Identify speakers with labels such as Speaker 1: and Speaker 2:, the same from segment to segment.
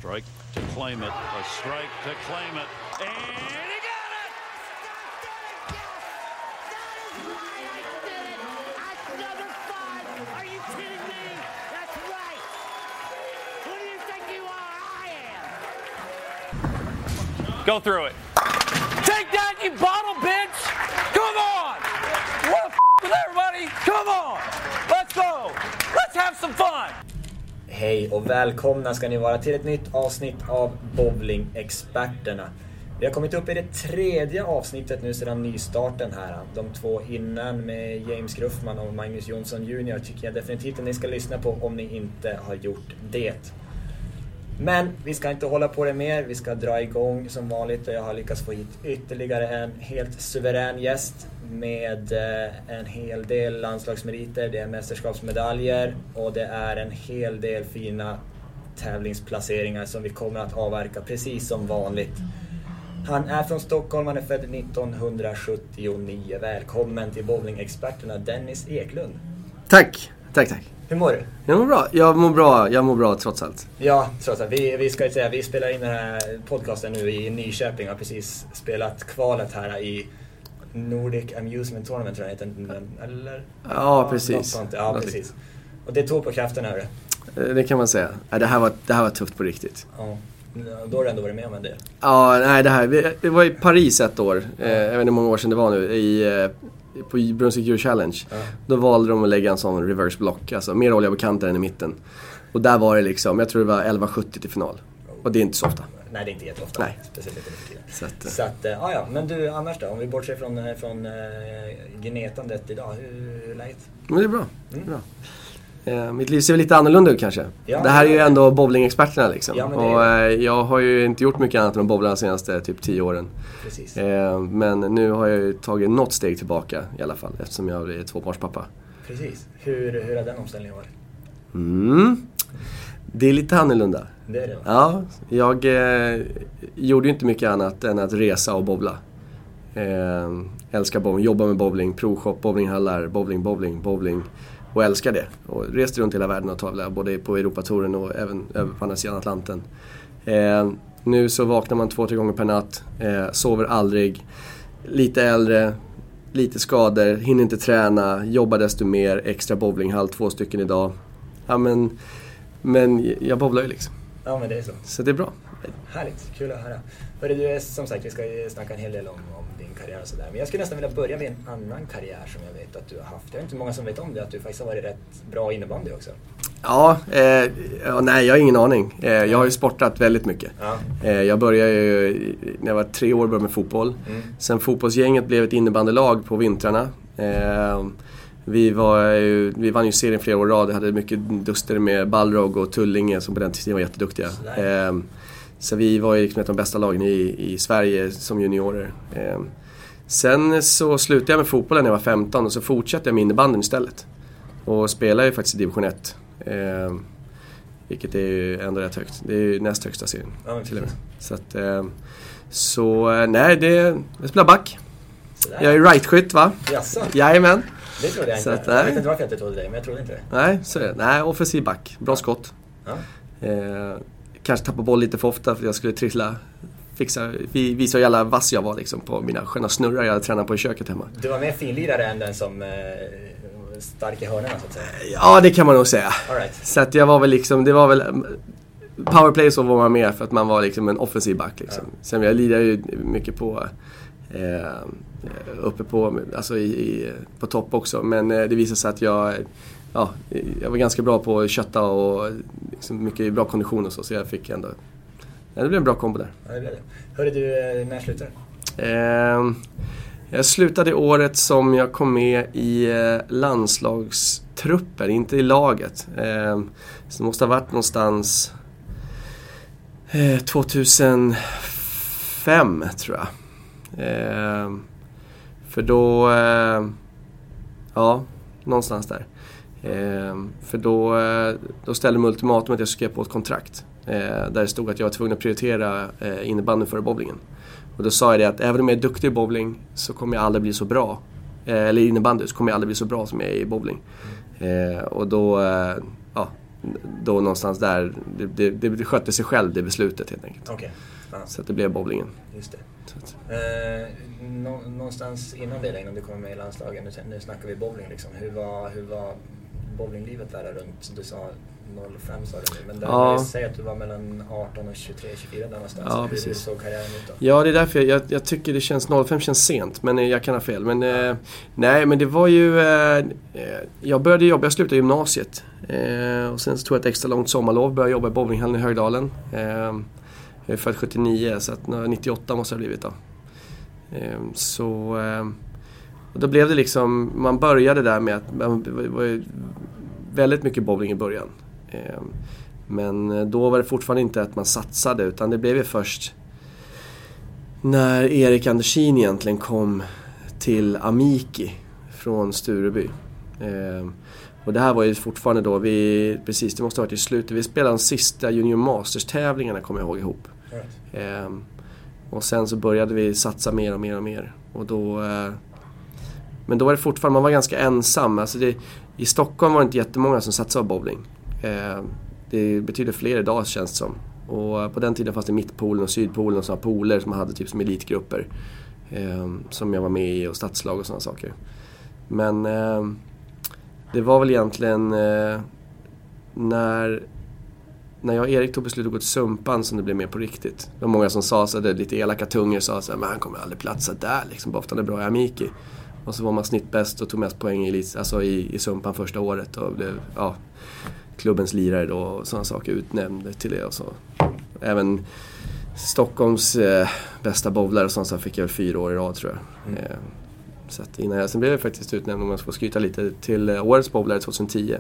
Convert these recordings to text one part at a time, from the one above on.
Speaker 1: Strike to claim it. A strike to claim it. And he got it!
Speaker 2: That is why I did it! At number 5! Are you kidding me? That's right! Who do you think you are? I am!
Speaker 3: Go through it. Take that, you bottle bitch! Come on! What with everybody? Come on! Let's go! Let's have some fun!
Speaker 4: Hej och välkomna ska ni vara till ett nytt avsnitt av Bowling-experterna. Vi har kommit upp i det tredje avsnittet nu sedan nystarten här. De två innan med James Gruffman och Magnus Jonsson Jr. tycker jag definitivt att ni ska lyssna på om ni inte har gjort det. Men vi ska inte hålla på det mer, vi ska dra igång som vanligt och jag har lyckats få hit ytterligare en helt suverän gäst med en hel del landslagsmeriter, det är mästerskapsmedaljer och det är en hel del fina tävlingsplaceringar som vi kommer att avverka precis som vanligt. Han är från Stockholm, han är född 1979. Välkommen till Bowling-experterna Dennis Eklund.
Speaker 5: Tack.
Speaker 4: Hur mår du?
Speaker 5: Jag mår bra trots allt.
Speaker 4: Ja, trots allt. Vi ska ju säga, vi spelar in den här podcasten nu i Nyköping. Har precis spelat kvalet här i Nordic Amusement Tournament tror jag heter den, eller?
Speaker 5: Ja, precis.
Speaker 4: Ja, precis. Och det tog på kraften här.
Speaker 5: Det kan man säga. Det här var tufft på riktigt.
Speaker 4: Ja. Då har du ändå varit med om det.
Speaker 5: Ja, nej det var i Paris ett år. Jag vet inte hur många år sedan det var nu på Brunswick Euro Challenge. Då valde de att lägga en sån reverse block, alltså mer olja på kanten än i mitten. Och där var det liksom, jag tror det var 11,70 till final. Och det är inte så ofta.
Speaker 4: Nej, det är inte jätteofta.
Speaker 5: Nej.
Speaker 4: Speciellt inte för tiden.
Speaker 5: Så att
Speaker 4: ja. Men du, annars då? Om vi bortser från gnetandet idag, hur är läget?
Speaker 5: Men det är bra. Mitt liv ser lite annorlunda ut kanske. Ja, det här är ju ändå bowling-experterna liksom. Ja, och jag har ju inte gjort mycket annat än att bowla de senaste typ 10 åren.
Speaker 4: Precis.
Speaker 5: Men nu har jag ju tagit något steg tillbaka i alla fall, eftersom jag är tvåbarnspappa.
Speaker 4: Precis. Hur har den omställningen varit?
Speaker 5: Det är lite annorlunda.
Speaker 4: Det är det.
Speaker 5: Ja, jag gjorde ju inte mycket annat än att resa och bowla. Älskar bowling, jobba med bowling, provshop, bowlinghallar, bowling. Och älskar det. Och reste runt hela världen och tävlade både på Europatouren och även över på andra sidan Atlanten. Nu så vaknar man 2-3 gånger per natt. Sover aldrig. Lite äldre. Lite skador. Hinner inte träna. Jobbar desto mer. Extra bowlinghall. 2 stycken idag. Ja men jag bowlar ju liksom.
Speaker 4: Ja men det är så.
Speaker 5: Så det är bra.
Speaker 4: Härligt. Kul att höra. Hörru du, som sagt vi ska ju snacka en hel del om din karriär och sådär. Men jag skulle nästan vilja börja med en annan karriär som jag vet att du har haft. Det är inte många som vet om det, att du faktiskt har varit rätt bra innebandy också.
Speaker 5: Ja, nej jag har ingen aning. Jag har ju sportat väldigt mycket. Ja. Jag började ju, när jag var 3 år började med fotboll. Sen fotbollsgänget blev ett innebandylag på vintrarna. Vi vann ju serien flera år rad. Jag hade mycket duster med Balrog och Tullinge som på den tiden var jätteduktiga. Så vi var ju liksom ett av de bästa lagen i Sverige som juniorer. Sen så slutade jag med fotbollen när jag var 15 och så fortsatte jag med innebandyn istället. Och spelade ju faktiskt i division 1. Vilket är ju ändå rätt högt. Det är ju näst högsta serien.
Speaker 4: Ja,
Speaker 5: till och med. Jag spelar back. Jag är right-skytt va?
Speaker 4: Jaså?
Speaker 5: Jajamän.
Speaker 4: Det trodde jag inte. Jag vet inte varför jag inte trodde det, men jag trodde inte det.
Speaker 5: Nej, så är det. Nej, offensiv back. Bra skott.
Speaker 4: Ja.
Speaker 5: Kanske tappa boll lite för ofta för jag skulle visa hur jävla vass jag var liksom, på mina sköna snurrar jag tränade på i köket hemma.
Speaker 4: Du var mer finlirare än den som stark i hörnerna så att säga.
Speaker 5: Ja, det kan man nog säga.
Speaker 4: All right.
Speaker 5: Så att jag var väl liksom, det var väl powerplay så var man med för att man var liksom en offensiv back liksom. Ja. Sen jag lider ju mycket på uppe på alltså på topp också, men det visade sig att jag var ganska bra på att kötta och liksom mycket bra kondition och så jag fick ändå det blev en bra kombo där.
Speaker 4: Ja, det blev det. Hörde du när slutade?
Speaker 5: Jag slutade året som jag kom med i landslagstrupper, inte i laget. Så det måste ha varit någonstans 2005 tror jag. För då någonstans där. För då ställde de ultimatum att jag skulle skriva på ett kontrakt. Där det stod att jag var tvungen att prioritera innebandyn före bowlingen. Och då sa jag det att även om jag är duktig i bowling så kommer jag aldrig bli så bra. Eller innebandy så kommer jag aldrig bli så bra som jag är i bowling. Och då då någonstans där, det skötte sig själv, det beslutet helt enkelt.
Speaker 4: Okay.
Speaker 5: Så att det blev bowlingen.
Speaker 4: Just det. Någonstans innan det, innan du kom med i landslagen, nu snackar vi bowling liksom. Hur var bowlinglivet där runt, du sa 05 sa du nu, men där säger att du var mellan 18 och 23, 24 där någonstans.
Speaker 5: Ja, precis.
Speaker 4: Hur såg karriären ut då?
Speaker 5: Ja, det är därför jag tycker det känns 05 känns sent, men jag kan ha fel. Men nej, men det var ju jag började jobba, jag slutade gymnasiet. Och sen så tog jag ett extra långt sommarlov, började jobba i bowlinghallen i Högdalen. Jag är född 79, så att 98 måste det ha blivit då. Och då blev det liksom, man började där med att det var väldigt mycket bowling i början. Men då var det fortfarande inte att man satsade, utan det blev ju först när Erik Andersin egentligen kom till Amiki från Stureby. Och det här var ju fortfarande då, det måste ha varit i slutet, vi spelade de sista Junior Masters-tävlingarna, kommer jag ihåg, och sen så började vi satsa mer och mer och mer. Och då, men då var det fortfarande, man var ganska ensam. Alltså i Stockholm var det inte jättemånga som satsade på bowling. Det betyder fler idag, känns det som. Och på den tiden fanns det Mittpolen och Sydpolen och sådana poler som man hade typ som elitgrupper. Som jag var med i, och stadslag och sådana saker. Men det var väl egentligen när jag och Erik tog beslut att gå till Sumpan som det blev mer på riktigt. Det var många som sa så, det lite elaka tungor sa så här, men han kommer aldrig platsa där liksom, bara för att han är bra i Amiki. Och så var man snittbäst och tog mest poäng i Sumpan första året och blev klubbens lirare då och sådana saker, utnämnde till det och så. Även Stockholms bästa bowlare och sånt, så fick jag 4 år i rad, tror jag. Så att sen blev jag faktiskt utnämnd, om man ska skryta lite, till årets bowlare 2010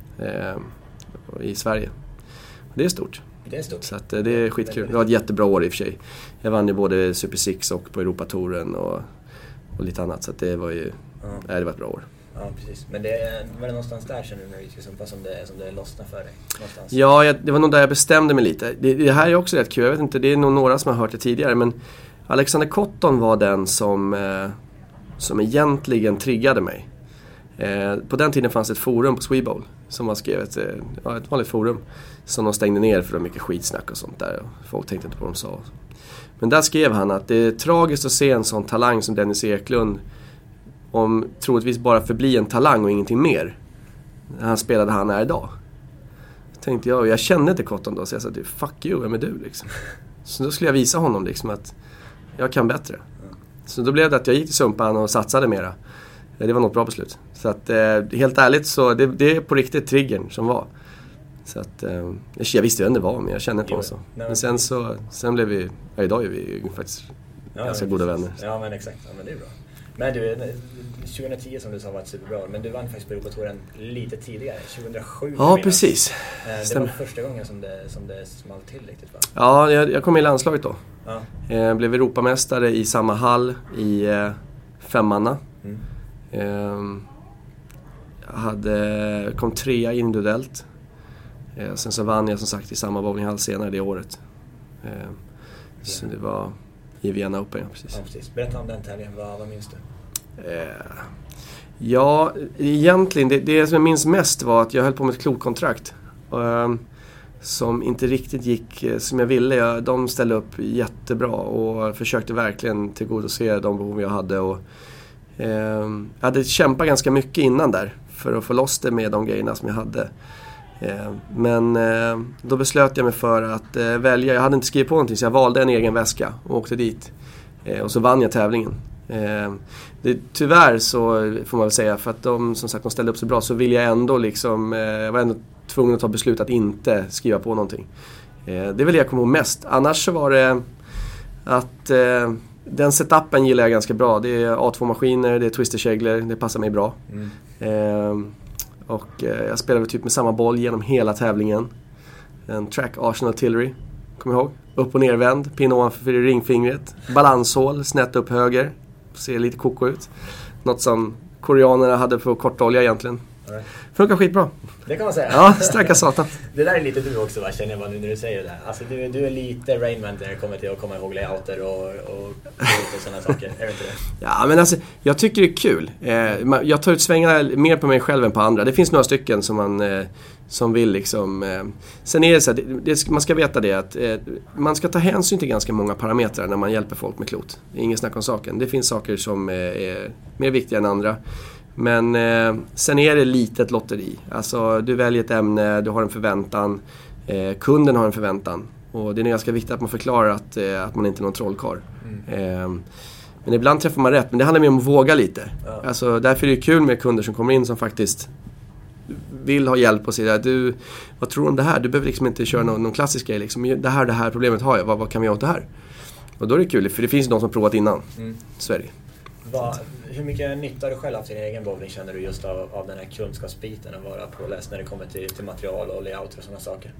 Speaker 5: i Sverige. Det är stort.
Speaker 4: Det är stort.
Speaker 5: Så att det är skitkul. Det var ett jättebra år i och för sig. Jag vann ju både Super Six och på Europatouren och lite annat, så att det var ju det var ett bra år.
Speaker 4: Ja, precis. Men var det någonstans där, känner du, när vi gick till Sumpa, som det lossnade för dig? Någonstans?
Speaker 5: Ja, det var nog där jag bestämde mig lite. Det här är också rätt kul. Jag vet inte, det är nog några som har hört det tidigare, men Alexander Cotton var den som egentligen triggade mig. På den tiden fanns ett forum på Swebowl som var skrivet, ett vanligt forum som de stängde ner för det var mycket skitsnack och sånt där. Folk tänkte inte på vad de sa. Men där skrev han att det är tragiskt att se en sån talang som Dennis Eklund, om troligtvis bara förbli en talang och ingenting mer, när han spelade han är idag. Tänkte jag kände inte Cotton då, så jag sa, fuck you, vem är du liksom? Så då skulle jag visa honom liksom att jag kan bättre. Så då blev det att jag gick till Sumpan och satsade mera. Det var något bra beslut. Så att helt ärligt, så det är på riktigt triggern som var. Så att jag visste ju vem det var, men jag kände inte honom så. Men sen blev vi, idag är vi faktiskt ganska goda vänner.
Speaker 4: Ja, men exakt. Ja, men det är bra. Men du, 2010 som du sa var ett superbra, men du vann faktiskt på Europatouren lite tidigare, 2007.
Speaker 5: Ja, precis.
Speaker 4: Det var första gången som det small till riktigt, va?
Speaker 5: Ja, jag kom i landslaget då. Ja. Blev Europamästare i samma hall i 5-manna. Kom 3 individuellt. Sen så vann jag som sagt i samma bowlinghall senare det året. Så det var i Vienna Open, ja, precis.
Speaker 4: Ja, precis. Berätta om den tävlingen, vad minns du?
Speaker 5: Ja, egentligen det som jag minns mest var att jag höll på med ett klokkontrakt som inte riktigt gick som jag ville. De ställde upp jättebra och försökte verkligen tillgodose de behov jag hade. Och jag hade kämpat ganska mycket innan där för att få loss det med de grejerna som jag hade. Men då beslöt jag mig för att välja. Jag hade inte skrivit på någonting, så jag valde en egen väska och åkte dit. Och så vann jag tävlingen. Tyvärr så får man väl säga, för att de ställde upp så bra, så ville jag ändå liksom, jag var ändå tvungen att ta beslut att inte skriva på någonting. Det vill jag komma ihåg mest. Annars så var det att den setupen gillar jag ganska bra. Det är A2-maskiner, det är twisterkäglor, det passar mig bra. Och jag spelade typ med samma boll genom hela tävlingen. En track Arsenal Artillery, kommer jag ihåg. Upp- och nervänd, pinne ovanför ringfingret. Balanshål, snett upp höger. Ser lite koko ut. Något som koreanerna hade på kortolja egentligen. Funkar skitbra.
Speaker 4: Det kan man säga.
Speaker 5: Ja, starka satan.
Speaker 4: Det där är lite du också, va? Känner jag nu när du säger det där. Alltså du är lite Rainman när det kommer till att komma ihåg layouter och sådana saker. Är det inte det?
Speaker 5: Ja, men alltså, jag tycker det är kul. Jag tar ut svängarna mer på mig själv än på andra. Det finns några stycken som vill liksom... Sen är det så här, man ska veta det att man ska ta hänsyn till ganska många parametrar när man hjälper folk med klot. Det är ingen snack om saken. Det finns saker som är mer viktiga än andra. Men sen är det lite ett lotteri. Alltså, du väljer ett ämne, du har en förväntan. Kunden har en förväntan. Och det är ganska viktigt att man förklarar att man inte är någon trollkarl. Men ibland träffar man rätt. Men det handlar mer om att våga lite. Ja. Alltså, därför är det kul med kunder som kommer in som faktiskt vill ha hjälp och säga du, vad tror du om det här? Du behöver liksom inte köra någon klassisk grej. Liksom. Det här problemet har jag. Vad kan vi göra åt det här? Och då är det kul, för det finns någon som har provat innan. Så är det.
Speaker 4: Hur mycket nytta har du själv av din egen bowling känner du just av den här kunskapsbiten att vara påläst när det kommer till material och layout och sådana saker?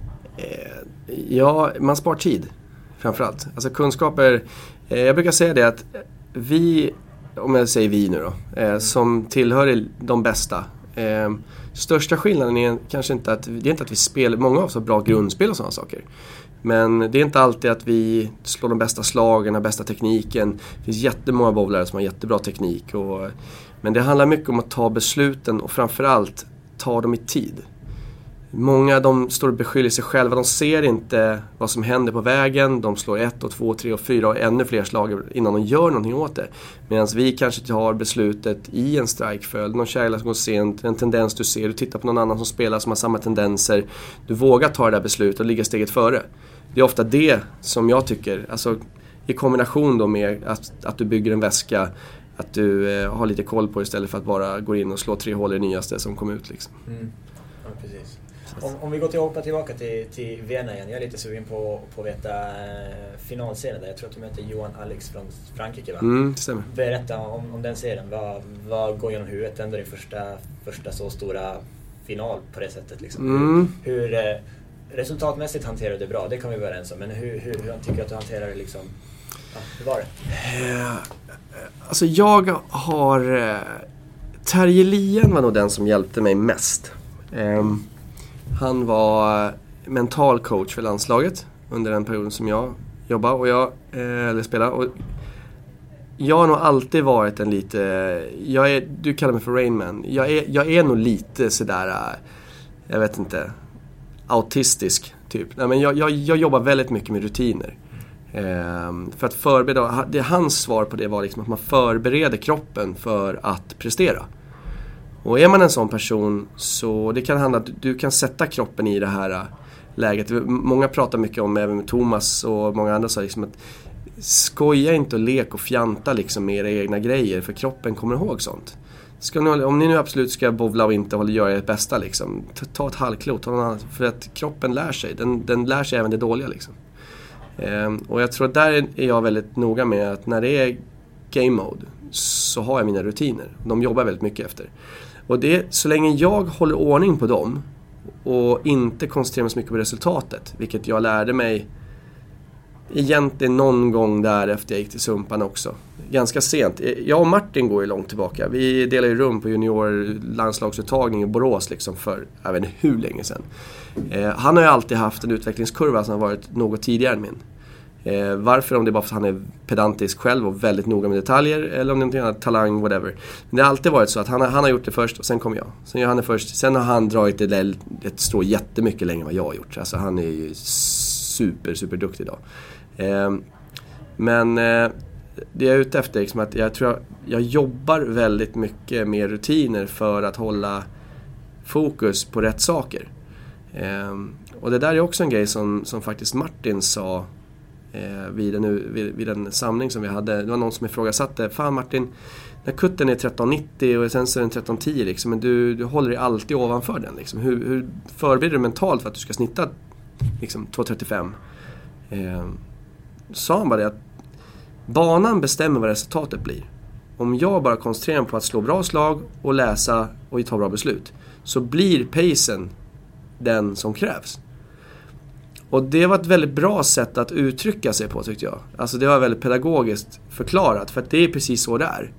Speaker 5: Ja, man spar tid framförallt. Alltså kunskaper, jag brukar säga det att vi, om jag säger vi nu då, som tillhör de bästa, största skillnaden är kanske inte att vi spelar, många av oss har bra grundspel och sådana saker. Men det är inte alltid att vi slår de bästa slagen, den bästa tekniken. Det finns jättemånga bowlare som har jättebra teknik. Men det handlar mycket om att ta besluten och framförallt ta dem i tid. Många de står och beskyller sig själva. De ser inte vad som händer på vägen. De slår 1, 2, 3 och 4 och ännu fler slag innan de gör någonting åt det. Medan vi kanske tar beslutet i en strikeföljd. Någon kärla som går sent, en tendens du ser. Du tittar på någon annan som spelar som har samma tendenser. Du vågar ta det där beslutet och ligga steget före. Det är ofta det som jag tycker. Alltså, i kombination då med att du bygger en väska. Att du har lite koll på det istället för att bara gå in och slå 3 hål i det nyaste som kom ut. Liksom.
Speaker 4: Ja, precis. Om vi går tillbaka till Vienna igen. Jag är lite sugen på att veta finalserien där. Jag tror att du möter Johan Alex från Frankrike, va?
Speaker 5: Det stämmer.
Speaker 4: Berätta om den serien. Vad går genom huvudet? Ändå din första så stora final på det sättet. Liksom. Hur resultatmässigt hanterar du det bra? Det kan vi vara överens om. Men hur tycker du att du hanterar det liksom? Ja, hur var det?
Speaker 5: Alltså jag har... Terje Lien var nog den som hjälpte mig mest. Han var mental coach för landslaget under den perioden som jag jobbade eller spelade. Och jag har nog alltid varit en lite... du kallar mig för Rainman. Jag är nog lite sådär... Jag vet inte... autistisk typ. Nej, men jag jobbar väldigt mycket med rutiner. För att förbereda... Hans svar på det var liksom att man förbereder kroppen för att prestera. Och är man en sån person så det kan handla att du kan sätta kroppen i det här läget. Många pratar mycket om, även med Thomas och många andra, så liksom att skoja inte och lek och fjanta liksom med era egna grejer, för kroppen kommer ihåg sånt. Om ni nu absolut ska bowla och inte göra ert bästa liksom, ta ett halvklot, för att kroppen lär sig. Den lär sig även det dåliga liksom. Och jag tror att där är jag väldigt noga med att när det är game mode så har jag mina rutiner. De jobbar väldigt mycket efter. Och det, så länge jag håller ordning på dem och inte koncentrerar mig så mycket på resultatet, vilket jag lärde mig egentligen någon gång där efter jag gick till Sumpan också. Ganska sent. Jag och Martin går ju långt tillbaka. Vi delar ju rum på juniorlandslagsuttagning i Borås liksom för, jag vet inte hur länge sedan. Han har ju alltid haft en utvecklingskurva som har varit något tidigare än min. Varför, om det är bara för att han är pedantisk själv och väldigt noga med detaljer, eller om det är någonting annat, talang, whatever. Men det har alltid varit så att han har gjort det först och sen kommer jag. Sen gör han det först, sen har han dragit ett strå jättemycket längre än vad jag har gjort. Alltså han är ju super duktig idag. Men det jag är ute efter är liksom att jag tror jag jobbar väldigt mycket med rutiner för att hålla fokus på rätt saker. Och det där är också en grej som faktiskt Martin sa vid en samling som vi hade. Det var någon som ifrågasatte, fan Martin, när kutten är 13,90 och sen så är den 13,10 liksom, men du håller dig alltid ovanför den liksom. Hur förbereder du mentalt för att du ska snitta liksom 2,35? Sa han bara det att banan bestämmer vad resultatet blir. Om jag bara koncentrerar mig på att slå bra slag och läsa och ta bra beslut, så blir pacen den som krävs. Och det var ett väldigt bra sätt att uttrycka sig på, tyckte jag. Alltså det var väldigt pedagogiskt förklarat, för att det är precis så det är.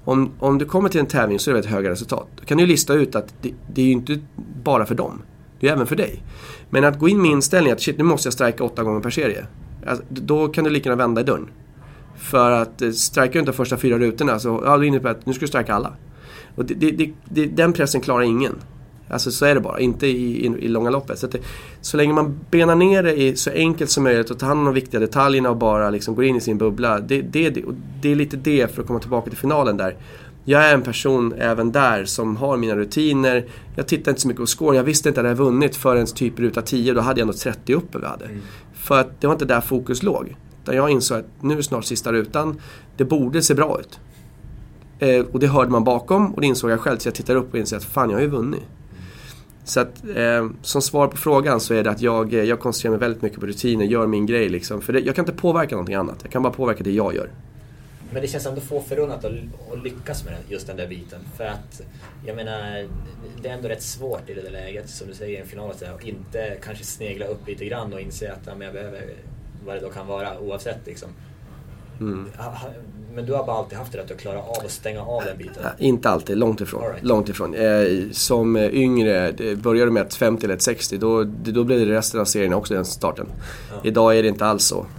Speaker 5: Om du kommer till en tävling så är det ett höga resultat. Då kan du lista ut att det är ju inte bara för dem. Det är även för dig. Men att gå in med inställningen att shit, nu måste jag strika 8 gånger per serie. Alltså, då kan du lika gärna vända i dörren. För att strika inte de första 4 rutorna så det innebär att nu ska du strika alla. Och den pressen klarar ingen. Alltså så är det bara, inte i långa loppet. Så länge man benar ner det i så enkelt som möjligt och tar hand om de viktiga detaljerna och bara liksom går in i sin bubbla. Det är lite det för att komma tillbaka till finalen där. Jag är en person även där som har mina rutiner. Jag tittar inte så mycket på score. Jag visste inte att jag hade vunnit förrän typ ruta 10. Då hade jag nog 30 uppe vi hade. För att det var inte där fokus låg. Där jag insåg att nu är snart sista rutan. Det borde se bra ut. Och det hörde man bakom och det insåg jag själv. Så jag tittar upp och inser att fan, jag har ju vunnit. Så att som svar på frågan så är det att jag koncentrerar mig väldigt mycket på rutiner. Gör min grej liksom. För jag kan inte påverka någonting annat. Jag kan bara påverka det jag gör.
Speaker 4: Men det känns som du får förunnat att lyckas med just den där biten. För att, jag menar, det är ändå rätt svårt i det där läget, som du säger i en final, att inte kanske snegla upp lite grann och inse att jag behöver vad det då kan vara, oavsett liksom. Men du har bara alltid haft det att du klarar av att stänga av den biten? Inte alltid, långt ifrån. Right.
Speaker 5: Långt ifrån. Som yngre, började med ett 50 eller ett 60, då blev det resten av serien också den starten. Ja. Idag är det inte alls så.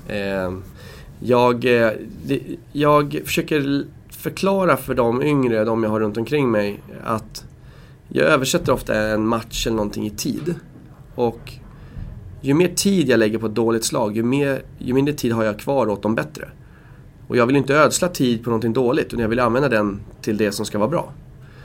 Speaker 5: Jag försöker förklara för de yngre, de jag har runt omkring mig, att jag översätter ofta en match eller någonting i tid. Och ju mer tid jag lägger på ett dåligt slag, ju mindre tid har jag kvar åt dem bättre. Och jag vill inte ödsla tid på någonting dåligt, utan jag vill använda den till det som ska vara bra.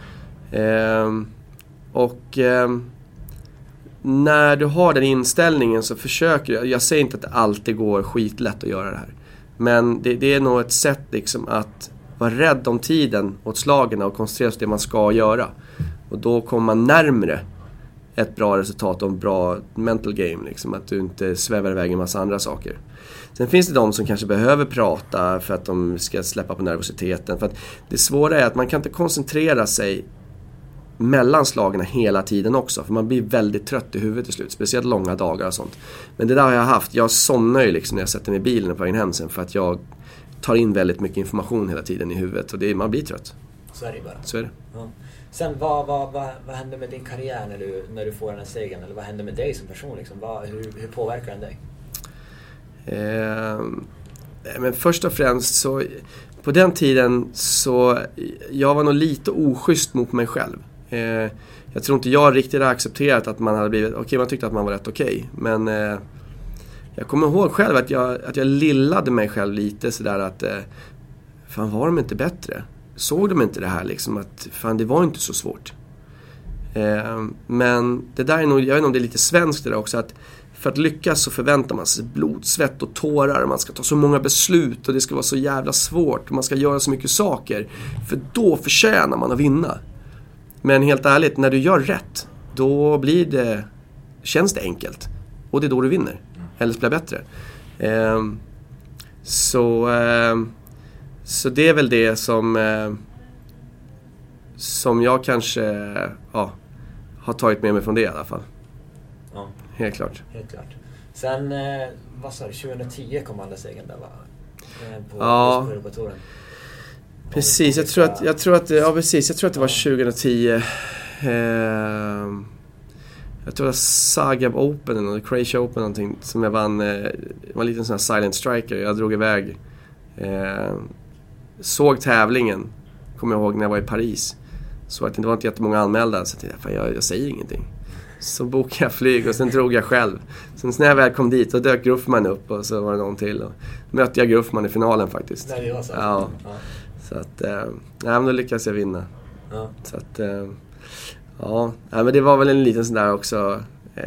Speaker 5: När du har den inställningen så försöker jag säger inte att det alltid går skitlätt att göra det här. Men det är nog ett sätt liksom att vara rädd om tiden åt slagen och koncentrera sig på det man ska göra. Och då kommer man närmare ett bra resultat och en bra mental game. Liksom, att du inte svävar iväg en massa andra saker. Sen finns det de som kanske behöver prata för att de ska släppa på nervositeten. För att det svåra är att man kan inte koncentrera sig mellan slagen hela tiden också. För man blir väldigt trött i huvudet till slut. Speciellt långa dagar och sånt. Men det där har jag haft. Jag somnar ju liksom när jag sätter mig i bilen på vägen hem sen. För att jag tar in väldigt mycket information hela tiden i huvudet. Och man blir trött.
Speaker 4: Så är det bara.
Speaker 5: Så är det.
Speaker 4: Ja. Sen vad händer med din karriär när du får den här segern? Eller vad händer med dig som person? Liksom? Hur påverkar den dig?
Speaker 5: Men först och främst så på den tiden så jag var nog lite oschysst mot mig själv. Jag tror inte jag riktigt har accepterat att man hade blivit okej, man tyckte att man var rätt okej. Men jag kommer ihåg själv att jag lillade mig själv lite sådär att fan, var de inte bättre? Såg de inte det här liksom att fan, det var inte så svårt. Men det där är nog, jag vet inte om det är lite svenskt det där också, att för att lyckas så förväntar man sig blod, svett och tårar. Man ska ta så många beslut och det ska vara så jävla svårt. Och man ska göra så mycket saker. För då förtjänar man att vinna. Men helt ärligt, när du gör rätt, då känns det enkelt. Och det är då du vinner. Eller blir bättre. Så det är väl det som jag kanske har tagit med mig från det i alla fall.
Speaker 4: Ja.
Speaker 5: Helt klart.
Speaker 4: Sen, vad sa du, 2010 kom andra segern där, va? På touren.
Speaker 5: Precis, jag tror att det var 2010. Jag tror det var Zagreb Open eller Croatia Open någonting som jag vann. Det var en liten sån här silent striker. Jag drog iväg. Såg tävlingen. Kommer jag ihåg när jag var i Paris. Så att det var inte jättemånga anmälda. Så jag säger ingenting. Så bokade jag flyg och sen drog jag själv. Sen när jag väl kom dit så dök Gruffman upp och så var det någon till. Och mötte jag Gruffman i finalen faktiskt.
Speaker 4: Nej, det var så.
Speaker 5: Ja. Så att, men då lyckades jag vinna.
Speaker 4: Ja.
Speaker 5: Så att, men det var väl en liten sån där också.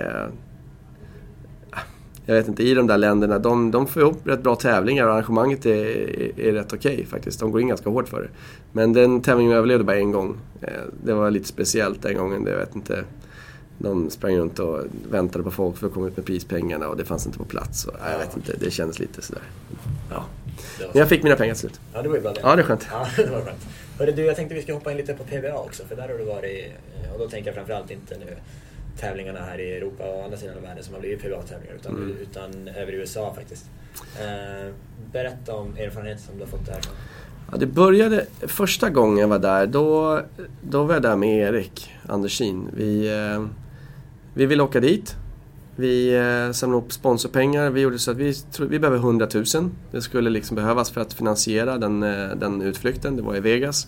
Speaker 5: Jag vet inte, i de där länderna, de får ihop rätt bra tävlingar och arrangemanget är rätt okej faktiskt. De går in ganska hårt för det. Men den tävlingen överlevde bara en gång. Det var lite speciellt den gången, jag vet inte. De sprang runt och väntade på folk för att komma ut med prispengarna och det fanns inte på plats. Och, jag vet inte, det kändes lite sådär. Ja. Men jag fick mina pengar till slut.
Speaker 4: Ja, det var ju bra det.
Speaker 5: Ja, det är skönt.
Speaker 4: Ja, det var skönt. Hörru du, jag tänkte vi ska hoppa in lite på PBA också, för där har du varit, och då tänker jag framförallt inte nu tävlingarna här i Europa och andra sidan av världen som har blivit PBA-tävlingar utan över i USA faktiskt. Berätta om erfarenheter som du har fått därifrån.
Speaker 5: Ja, det började första gången jag var där. Då var jag där med Erik Andersin. Vi ville åka dit. Vi samlade upp sponsorpengar. Vi gjorde så att vi behöver 100 000. Det skulle liksom behövas för att finansiera den utflykten. Det var i Vegas.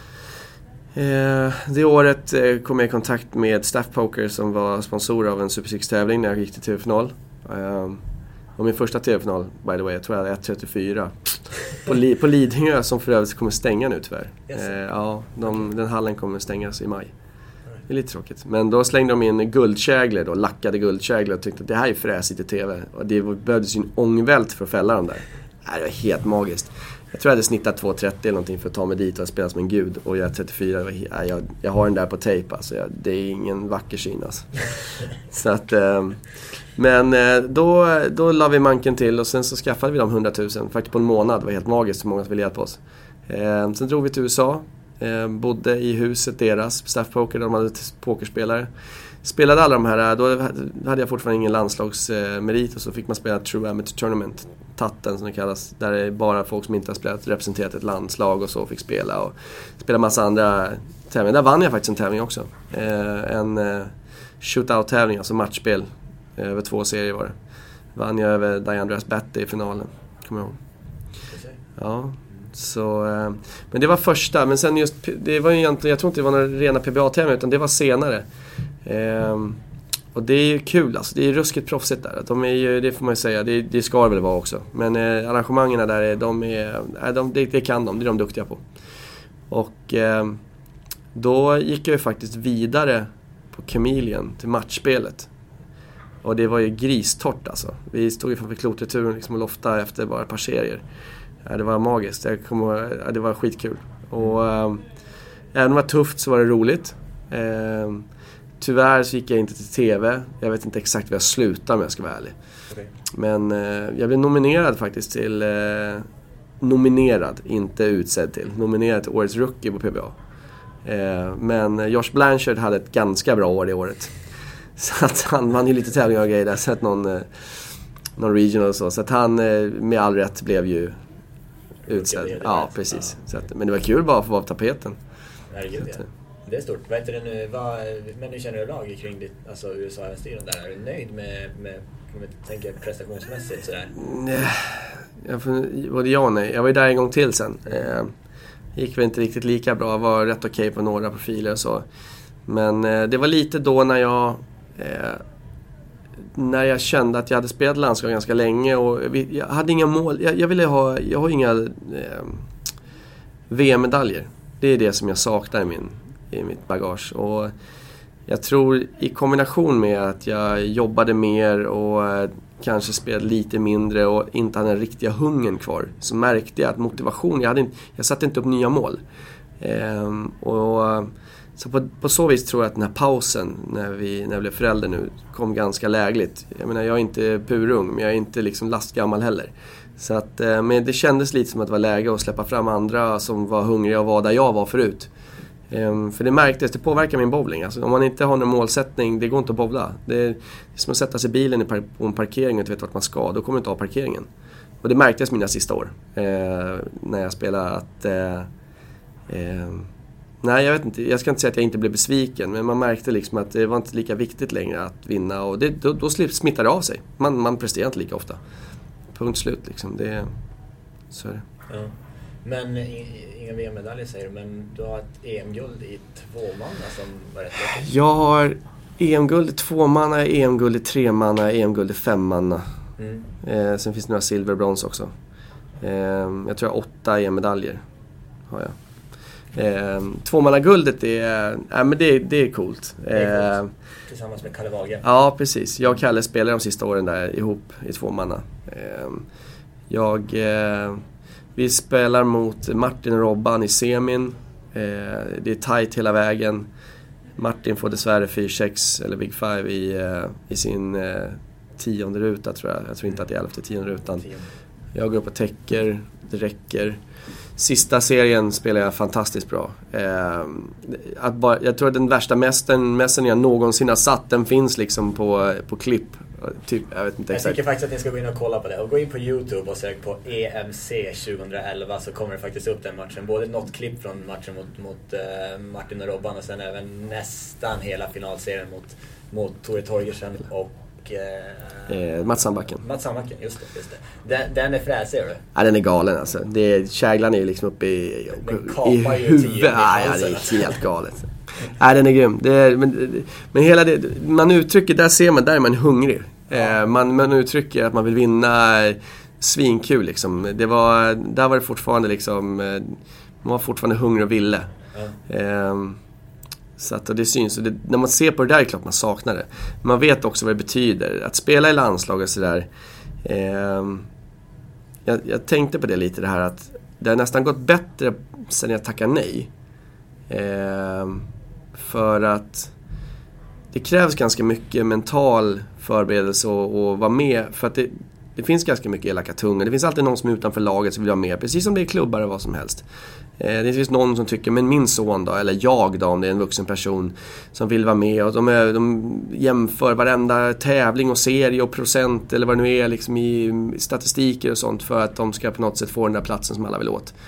Speaker 5: Det året kom jag i kontakt med Staff Poker som var sponsor av en Super Six-tävling när jag gick till TV-final. Och min första TV-final, by the way, jag tror jag hade 1.34 på Lidingö, som för övrigt kommer stänga nu tyvärr.
Speaker 4: Yes.
Speaker 5: Ja, den hallen kommer stängas i maj. Det är lite tråkigt. Men då slängde de in guldkäglor då, lackade guldkäglor, och tyckte att det här är fräsigt i TV. Och det behövdes ju en ångvält för att fälla dem där. Det var helt magiskt. Jag tror jag hade snittat 2.30 eller någonting för att ta mig dit och spela som en gud. Och jag är 34, jag har den där på tejp alltså. Det är ingen vacker syn alltså. Så att, men då la vi manken till och sen så skaffade vi de 100 000. Faktiskt på en månad, det var helt magiskt så många som ville hjälpa oss. Sen drog vi till USA. Bodde i huset deras, Staff Poker, de hade pokerspelare. Spelade alla de här, då hade jag fortfarande ingen landslagsmerit och så fick man spela True Amateur Tournament, Tatten som det kallas, där det är bara folk som inte har spelat representerat ett landslag och så fick spela och spela massa andra tävlingar. Där vann jag faktiskt en tävling också. En shootout-tävling, alltså matchspel över 2 serier var det. Vann jag över Diane Batty i finalen, kommer jag ihåg. Ja. Så, men det var första, men sen just det var ju egentligen, jag tror inte det var några rena PBA-tävlingar utan det var senare. Och det är ju kul alltså, det är ruskigt proffsigt där. De är ju, det får man ju säga, det ska det väl vara också. Men arrangemangerna där det kan de, det är de duktiga på. Och då gick jag ju faktiskt vidare på Chameleon till matchspelet. Och det var ju gristort alltså. Vi stod ju framför klotreturen liksom och loftade efter bara ett par serier. Ja, det var magiskt. Det var skitkul. Och även om det var tufft så var det roligt. Tyvärr så gick jag inte till TV. Jag vet inte exakt vad jag slutade om jag ska vara ärlig. Okay. Men jag blev nominerad faktiskt till... nominerad, inte utsedd till. Nominerad till årets rookie på PBA. Men Josh Blanchard hade ett ganska bra år det året. Så att han vann ju lite tävlingar och grejer där. Så att någon regional och så. Så att han med all rätt blev ju utsedd. Ja, precis. Så att, men det var kul bara att få vara på tapeten.
Speaker 4: Herregud, ja. Det är stort. Vad heter det nu? Men du känner lag kring ditt, alltså USA-ävenstyren där? Är du nöjd med om vi tänker prestationsmässigt sådär?
Speaker 5: Både ja och nej. Jag var ju där en gång till sen. Gick väl inte riktigt lika bra. Jag var rätt okej på några profiler och så. Men det var lite då när jag kände att jag hade spelat landslag ganska länge och jag hade inga mål. Jag har inga VM-medaljer. Det är det som jag saknar i mitt bagage. Och jag tror i kombination med att jag jobbade mer och kanske spelade lite mindre och inte hade den riktiga hungern kvar, så märkte jag att motivation, jag satte inte upp nya mål. Så på så vis tror jag att den här pausen när jag blev förälder nu kom ganska lägligt. Jag menar, jag är inte purung, men jag är inte liksom lastgammal heller. Så att, men det kändes lite som att det var läge att släppa fram andra som var hungriga och var där jag var förut. För det märktes, det påverkar min bowling. Alltså, om man inte har någon målsättning, det går inte att bowla. Det är som att sätta sig i bilen på en parkering och inte vet vart man ska. Då kommer du inte ha parkeringen. Och det märktes mina sista år när jag spelade att... nej, jag vet inte. Jag ska inte säga att jag inte blev besviken, men man märkte liksom att det var inte lika viktigt längre att vinna. Och då smittar det av sig. Man presterar inte lika ofta. Punkt slut liksom. Så är det.
Speaker 4: Ja. Men inga VM-medaljer säger du, men du har ett EM-guld i 2-manna som var rätt lätt.
Speaker 5: Jag har EM-guld i 2-manna, EM-guld i 3-manna, EM-guld i 5-manna. Sen finns det några silver och brons också. Jag tror jag har 8 EM-medaljer har jag. 2-manna-guldet det är coolt.
Speaker 4: Det är coolt. Tillsammans med Kalle Wahlgren.
Speaker 5: Ja, precis. Jag och Kalle spelade de sista åren där ihop i 2-manna. Vi spelar mot Martin och Robban i semin. Det är tight hela vägen. Martin får dessvärre 4-6 eller Big 5 i sin 10:e ruta tror jag. Jag tror inte att det är 11:e rutan. Jag går upp och täcker, det räcker. Sista serien spelar jag fantastiskt bra. Jag tror att den värsta mässen jag någonsin har satt, den finns liksom på klipp. Typ, jag vet inte
Speaker 4: exakt. Jag tycker faktiskt att ni ska gå in och kolla på det. Och gå in på YouTube och sök på EMC 2011 så kommer det faktiskt upp den matchen. Både något klipp från matchen mot Martin och Robban och sen även nästan hela finalserien mot Tore Torgersen och
Speaker 5: Mats Sandbacken.
Speaker 4: Mats Sandbacken, just det. Den är fräsig, du?
Speaker 5: Ja, den är galen alltså. Käglan är ju liksom uppe i huvudet. Ja, det är helt galet. Nej, den är grym. Men hela det, man uttrycker, där ser man, där är man hungrig. Man uttrycker att man vill vinna, svinkul liksom. Där var det fortfarande liksom, man var fortfarande hungrig och ville. Så att det syns. Och när man ser på det där är det klart man saknar det. Man vet också vad det betyder. Att spela i landslag och sådär. Jag tänkte på det lite, det här att det har nästan gått bättre sen jag tackade nej. För att det krävs ganska mycket mental förberedelse och vara med. För att det finns ganska mycket elaka tunga. Det finns alltid någon som är utanför laget som vill vara med. Precis som det är klubbar och vad som helst. Det finns någon som tycker, men min son då, eller jag då, om det är en vuxen person som vill vara med. Och de jämför varenda tävling och serie och procent eller vad det nu är liksom i statistiker och sånt för att de ska på något sätt få den där platsen som alla vill åt.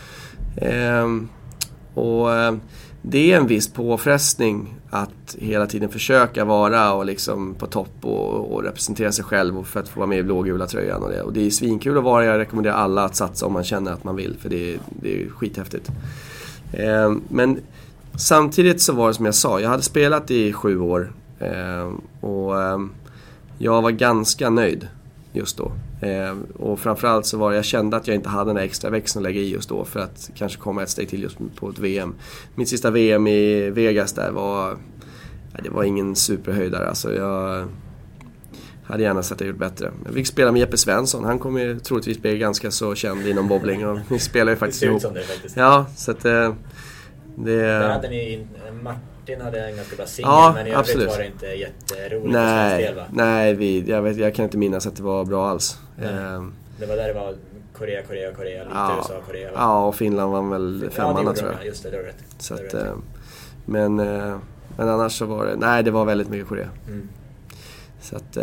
Speaker 5: Det är en viss påfrestning att hela tiden försöka vara och liksom på topp och representera sig själv och för att få vara med i blågula tröjan och det är svinkul att vara. Jag rekommenderar alla att satsa om man känner att man vill, för det är skithäftigt. Men samtidigt så var det som jag sa, jag hade spelat i 7 år och jag var ganska nöjd just då. Och framförallt så var jag kände att jag inte hade den där extra växeln att lägga i just då för att kanske komma ett steg till just på ett VM. Mitt sista VM i Vegas där det var ingen superhöjdare, alltså jag hade gärna sett att jag gjort bättre. Jag fick spela med Jeppe Svensson, han kommer ju troligtvis bli ganska så känd inom bowling och vi spelar ju faktiskt ihop.
Speaker 4: Som det, faktiskt.
Speaker 5: Ja, så att det...
Speaker 4: Där hade ni Martin hade en ganska bra singel,
Speaker 5: ja,
Speaker 4: men i
Speaker 5: absolut.
Speaker 4: övrigt var det inte jätteroligt för svensk del, va?
Speaker 5: Nej, jag kan inte minnas att det var bra alls.
Speaker 4: Det var där det var Korea, lite USA, Korea.
Speaker 5: Ja, och Finland var väl 5:an tror jag.
Speaker 4: Just det är rätt.
Speaker 5: Så att, men annars så var det var väldigt mycket Korea. Så att,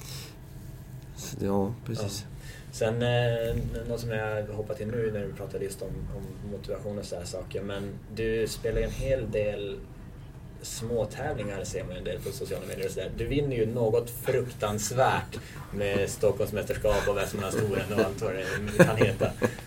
Speaker 5: ja, precis.
Speaker 4: Ja. Sen något som jag hoppar till nu när du pratade just om motivation och sådär saker, men du spelar ju en hel del små tävlingar, ser man en del på sociala medier och sådär. Du vinner ju något fruktansvärt med Stockholmsmästerskap och Västmanlandstouren och allt vad det kan heta.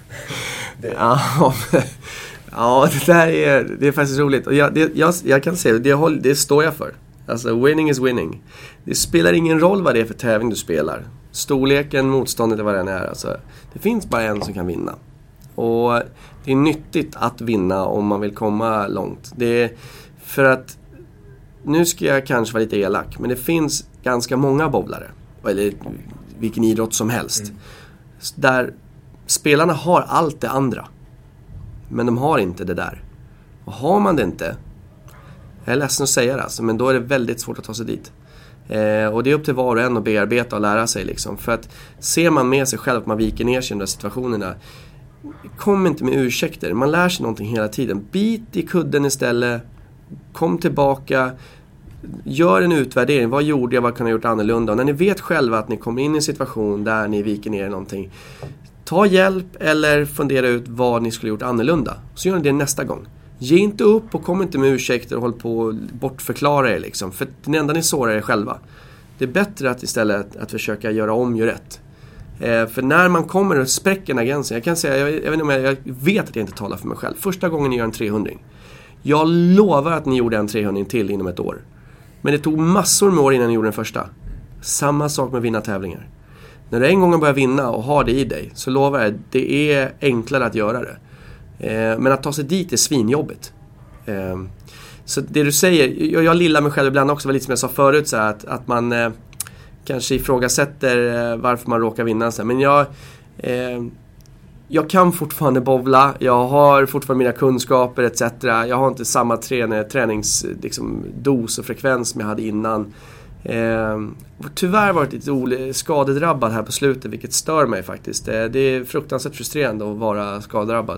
Speaker 5: Ja, det är faktiskt roligt. Och jag kan säga det står jag för. Alltså, winning is winning. Det spelar ingen roll vad det är för tävling du spelar. Storleken, motståndet eller vad den är. Alltså, det finns bara en som kan vinna. Och det är nyttigt att vinna om man vill komma långt. Det är för att, nu ska jag kanske vara lite elak, men det finns ganska många bowlare, eller vilken idrott som helst, där spelarna har allt det andra, men de har inte det där. Och har man det inte, jag är ledsen att säga det alltså, men då är det väldigt svårt att ta sig dit. Och det är upp till var och en att bearbeta och lära sig liksom. För att ser man med sig själv att man viker ner sig i de där situationerna, kom inte med ursäkter. Man lär sig någonting hela tiden. Bit i kudden istället. Kom tillbaka. Gör en utvärdering. Vad gjorde jag? Vad kan jag ha gjort annorlunda? Och när ni vet själva att ni kommer in i en situation där ni viker ner någonting, ta hjälp eller fundera ut vad ni skulle ha gjort annorlunda. Så gör ni det nästa gång. Ge inte upp och kom inte med ursäkter och håll på och bortförklara er liksom. För den enda ni sårar er själva. Det är bättre att istället att försöka göra om, gör rätt. För när man kommer och spräcker den här gränsen, jag kan säga, jag vet att jag inte talar för mig själv. Första gången ni gör en 300, jag lovar att ni gjorde en 300 till inom ett år. Men det tog massor med år innan ni gjorde den första. Samma sak med vinna tävlingar. När du en gång börjar vinna och har det i dig, så lovar jag, det är enklare att göra det. Men att ta sig dit är svinjobbigt. Så det du säger, jag lillar mig själv ibland också, var lite som jag sa förut, så att man kanske ifrågasätter varför man råkar vinna. Men jag kan fortfarande bowla, jag har fortfarande mina kunskaper etc. Jag har inte samma träningsdos liksom, och frekvens som jag hade innan. Tyvärr varit lite skadedrabbad här på slutet, vilket stör mig faktiskt. Det är fruktansvärt frustrerande att vara skadedrabbad.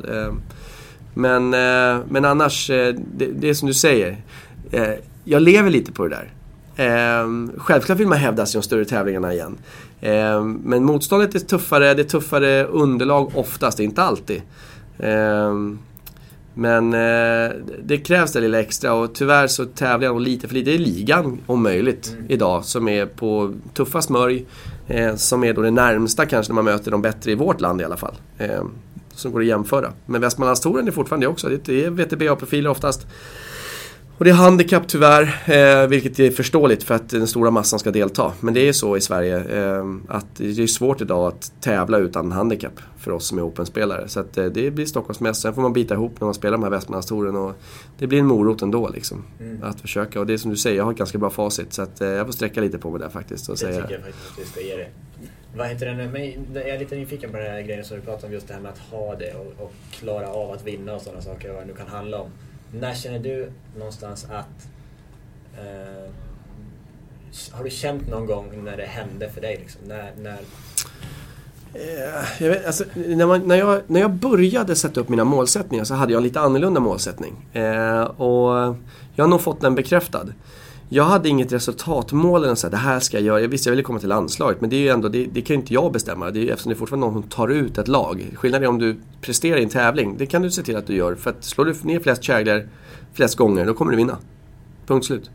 Speaker 5: Men annars, det är som du säger, jag lever lite på det där. Självklart vill man hävda sig i de större tävlingarna igen. Men motståndet är tuffare, det är tuffare underlag oftast, inte alltid. Men det krävs det lilla extra, och tyvärr så tävlar jag lite för lite i ligan om möjligt idag, som är på tuffa smörj, som är då det närmsta kanske när man möter de bättre i vårt land i alla fall, som går att jämföra. Men Västmanlandstouren är fortfarande också, det är VTBA-profiler oftast. Och det är handikapp tyvärr, vilket är förståeligt för att den stora massan ska delta. Men det är så i Sverige att det är svårt idag att tävla utan handikapp för oss som är Open-spelare. Så att det blir Stockholmsmäss, sen får man bita ihop när man spelar de här Västmanlandstouren, och det blir en morot ändå liksom, att försöka. Och det är som du säger, jag har ett ganska bra facit, så att jag får sträcka lite på mig där faktiskt. Och
Speaker 4: det
Speaker 5: säga,
Speaker 4: tycker jag faktiskt att du ska ge det. Vad heter det nu? Men jag är lite nyfiken på den här grejen som du pratar om, just det här med att ha det och klara av att vinna och sådana saker, vad det nu kan handla om. När känner du någonstans att har du känt någon gång när det hände för dig liksom? När...
Speaker 5: Jag vet, alltså, när jag började sätta upp mina målsättningar så hade jag en lite annorlunda målsättning, och jag har nog fått den bekräftad. Jag hade inget resultatmål eller så här, det här ska jag göra. Jag visste jag ville komma till landslaget, men det är ju ändå, det kan ju inte jag bestämma. Det är, eftersom det är fortfarande någon som tar ut ett lag. Skillnaden är om du presterar i en tävling. Det kan du se till att du gör. För att slår du ner flest käglor flest gånger, då kommer du vinna. Punkt slut.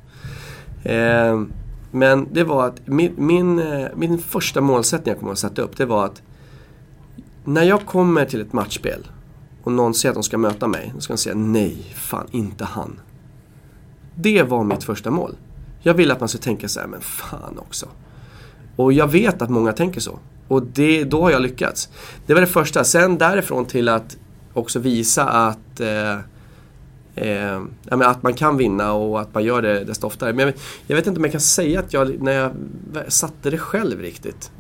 Speaker 5: Men det var att min första målsättning jag kommer att sätta upp, det var att när jag kommer till ett matchspel och någon säger att de ska möta mig, då ska de säga nej, fan, inte han. Det var mitt första mål. Jag vill att man ska tänka så här, men fan också. Och jag vet att många tänker så. Och då har jag lyckats. Det var det första. Sen därifrån till att också visa att att man kan vinna och att man gör det desto oftare. Men jag vet inte om jag kan säga att när jag satte det själv riktigt.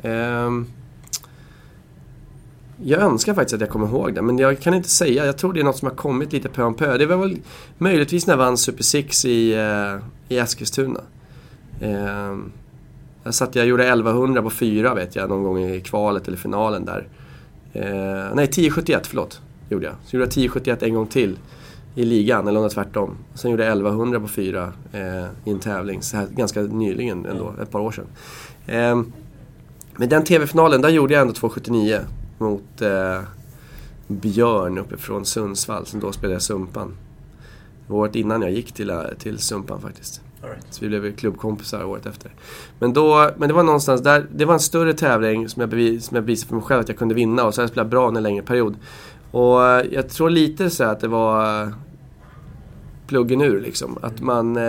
Speaker 5: Jag önskar faktiskt att jag kommer ihåg det, men jag kan inte säga. Jag tror det är något som har kommit lite pö om pö. Det var väl möjligtvis när jag vann Super Six i Eskilstuna. Jag gjorde 1100 på 4, vet jag, någon gång i kvalet eller finalen där. 1071, förlåt, gjorde jag. Så gjorde jag 1071 en gång till i ligan, eller något tvärtom. Sen gjorde jag 1100 på 4 i en tävling, så här ganska nyligen ändå, ett par år sedan. Men den tv-finalen, där gjorde jag ändå 279 mot Björn uppe från Sundsvall, som då spelade Sumpan. Det var året innan jag gick till Sumpan faktiskt. Right. Så vi blev klubbkompisar året efter. Men det var någonstans där, det var en större tävling som jag bevisade för mig själv att jag kunde vinna, och så har jag spelat bra en längre period. Och jag tror lite så att det var pluggen ur liksom, att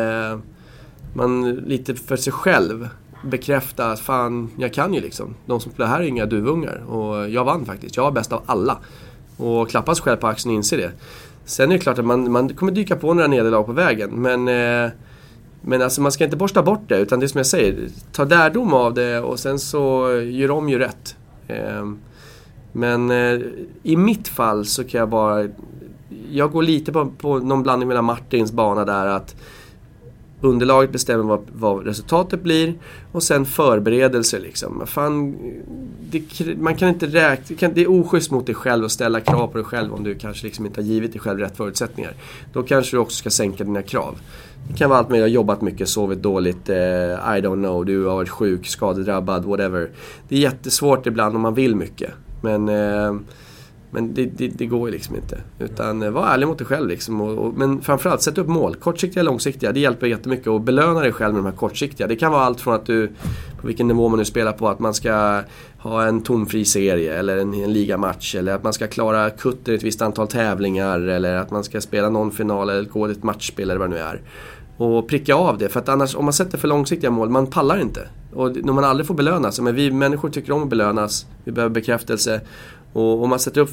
Speaker 5: man lite för sig själv bekräfta att fan, jag kan ju liksom. De som spelar här är inga duvungar, och jag vann faktiskt. Jag var bäst av alla. Och klappa sig själv på axeln och inse det. Sen är det klart att man kommer dyka på några nederlag på vägen, men alltså man ska inte borsta bort det, utan det som jag säger, ta lärdom av det och sen så gör rätt. Men i mitt fall så kan jag går lite på någon blandning mellan Martins bana där, att underlaget bestämmer vad resultatet blir, och sen förberedelser liksom. Fan, man kan inte räkna, det är oschysst mot dig själv att ställa krav på dig själv om du kanske liksom inte har givit dig själv rätt förutsättningar. Då kanske du också ska sänka dina krav. Det kan vara allt med att jag har jobbat mycket, sovit dåligt, I don't know, du har varit sjuk, skadedrabbad, whatever. Det är jättesvårt ibland om man vill mycket, men det går ju liksom inte. Utan var ärlig mot dig själv liksom. Men framförallt sätt upp mål. Kortsiktiga, långsiktiga. Det hjälper jättemycket. Och belöna dig själv med de här kortsiktiga. Det kan vara allt från att du, på vilken nivå man nu spelar på, att man ska ha en tomfri serie eller en ligamatch. Eller att man ska klara kutter i ett visst antal tävlingar. Eller att man ska spela någon final eller gå ett matchspel eller vad det nu är. Och pricka av det. För att annars, om man sätter för långsiktiga mål, man pallar inte. Och när man aldrig får belönas. Men vi människor tycker om att belönas. Vi behöver bekräftelse. Och om man sätter upp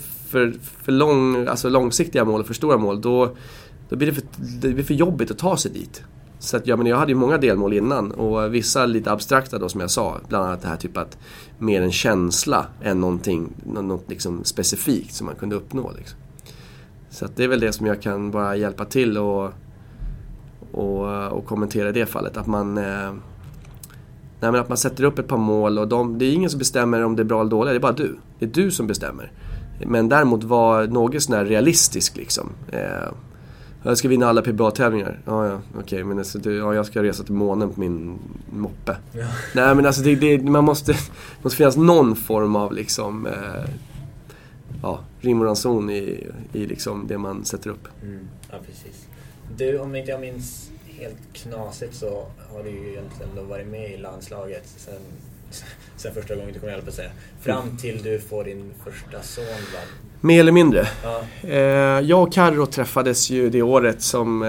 Speaker 5: för långsiktiga mål och för stora mål, då blir det blir för jobbigt att ta sig dit. Så att, jag hade ju många delmål innan, och vissa lite abstrakta då, som jag sa. Bland annat det här typ att mer en känsla än något liksom specifikt som man kunde uppnå liksom. Så att det är väl det som jag kan bara hjälpa till och kommentera i det fallet. Att man att man sätter upp ett par mål, och det är ingen som bestämmer om det är bra eller dåligt, det är bara du. Det är du som bestämmer. Men däremot var något sån här realistisk liksom. Jag ska vinna alla PBA-tävlingar. Ja, okej, men alltså, jag ska resa till månen på min moppe. Ja. Nej, men alltså man måste finnas någon form av liksom rim och ranson i liksom det man sätter upp.
Speaker 4: Ja, precis. Du, om inte jag minns helt knasigt, så har du ju egentligen då varit med i landslaget sen första gången du kommer hjälpa sig. Fram till du får din första son, va?
Speaker 5: Mer eller mindre.
Speaker 4: Ja.
Speaker 5: Jag och Carro träffades ju det året som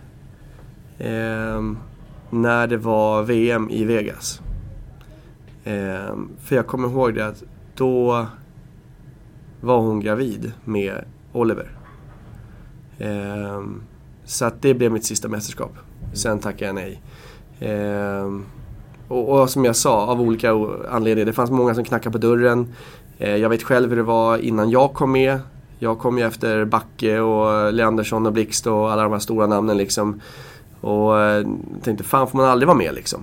Speaker 5: när det var VM i Vegas. För jag kommer ihåg det att då var hon gravid med Oliver. Så att det blev mitt sista mästerskap. Sen tackade jag nej. Och som jag sa, av olika anledningar. Det fanns många som knackade på dörren. Jag vet själv hur det var innan jag kom med. Jag kom ju efter Backe och Leandersson och Blixt och alla de här stora namnen liksom. Och tänkte, fan, får man aldrig vara med liksom.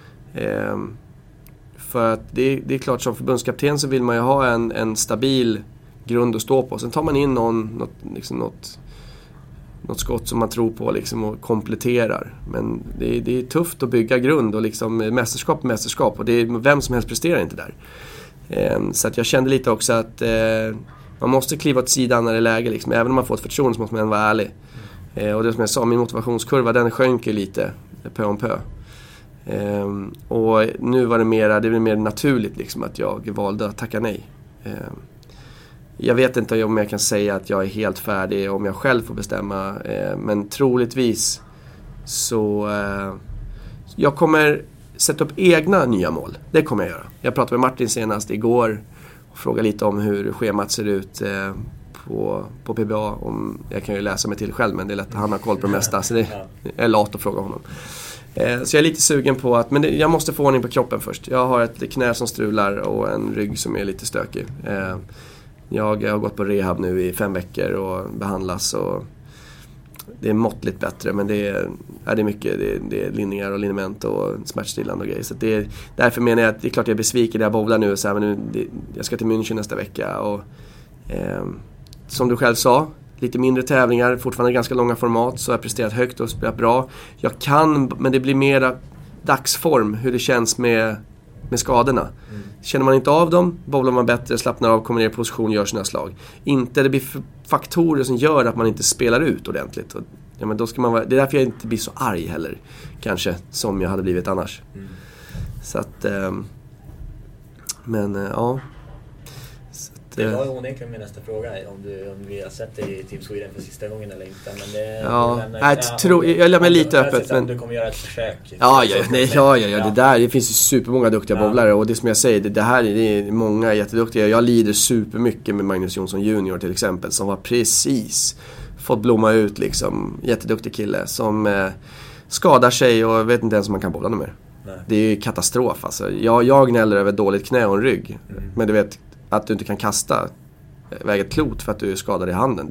Speaker 5: För att det är klart, som förbundskapten så vill man ju ha en stabil grund att stå på. Sen tar man in något skott som man tror på liksom, och kompletterar. Men det är tufft att bygga grund och liksom mästerskap. Och det är, vem som helst presterar inte där. Så att jag kände lite också att man måste kliva åt sidan när det är läge. Liksom. Även om man får ett förtroende så måste man vara ärlig. Och det som jag sa, min motivationskurva, den sjönk ju lite pö om pö. Och nu var det mer naturligt liksom, att jag valde att tacka nej. Jag vet inte om jag kan säga att jag är helt färdig om jag själv får bestämma. Men troligtvis så jag kommer sätta upp egna nya mål. Det kommer jag göra. Jag pratade med Martin senast igår och frågade lite om hur schemat ser ut på PBA. Jag kan ju läsa mig till själv, men det är lätt att han har koll på det mesta. Så det är lat att fråga honom. Så jag är lite sugen på att, men jag måste få ordning på kroppen först. Jag har ett knä som strular och en rygg som är lite stökig. Jag har gått på rehab nu i 5 veckor och behandlas, och det är måttligt bättre, men det är mycket, det är linningar och liniment och smärtstillande och grejer. Så därför menar jag att det är klart jag är besviken när jag bowlar nu, så här, men jag ska till München nästa vecka och som du själv sa, lite mindre tävlingar, fortfarande ganska långa format, så jag har presterat högt och spelat bra. Jag kan, men det blir mera dagsform, hur det känns med skadorna. Känner man inte av dem, bowlar man bättre, slappnar av, kommer ner i position, gör sina slag. Inte, det blir faktorer som gör att man inte spelar ut ordentligt. Och, ja, men då ska det är därför jag inte blir så arg heller, kanske, som jag hade blivit annars. Så att, men ja.
Speaker 4: Det var onekligen min nästa fråga, om vi har sett dig i Team Sweden för sista gången eller inte. Men
Speaker 5: jag lämnar lite öppet. Men
Speaker 4: du kommer göra ett försök.
Speaker 5: Det finns ju supermånga duktiga bowlare, och det som jag säger, det är många jätteduktiga. Jag lider supermycket med Magnus Jonsson Junior till exempel, som var precis fått blomma ut liksom, jätteduktig kille som skadar sig och vet inte ens om man kan bowla något mer. Det är ju katastrof alltså. Jag gnäller över dåligt knä och en rygg, men du vet, att du inte kan kasta väget klot för att du är skadad i handen,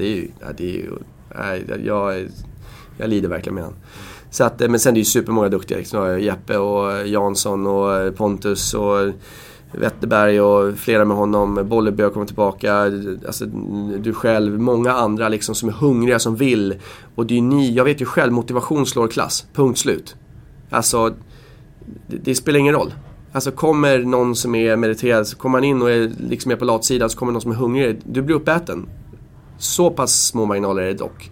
Speaker 5: jag lider verkligen med han. Så att, men sen är det ju supermånga duktiga liksom, Jeppe och Jansson och Pontus och Wetterberg och flera med honom, Bollebö kommer tillbaka, alltså, du själv, många andra liksom, som är hungriga, som vill, och det är jag vet ju själv, motivation slår klass, punkt slut. Alltså det spelar ingen roll. Alltså kommer någon som är meriterad, så kommer man in och är liksom med på latsidan, så kommer någon som är hungrig, du blir uppäten. Så pass små marginaler är det dock.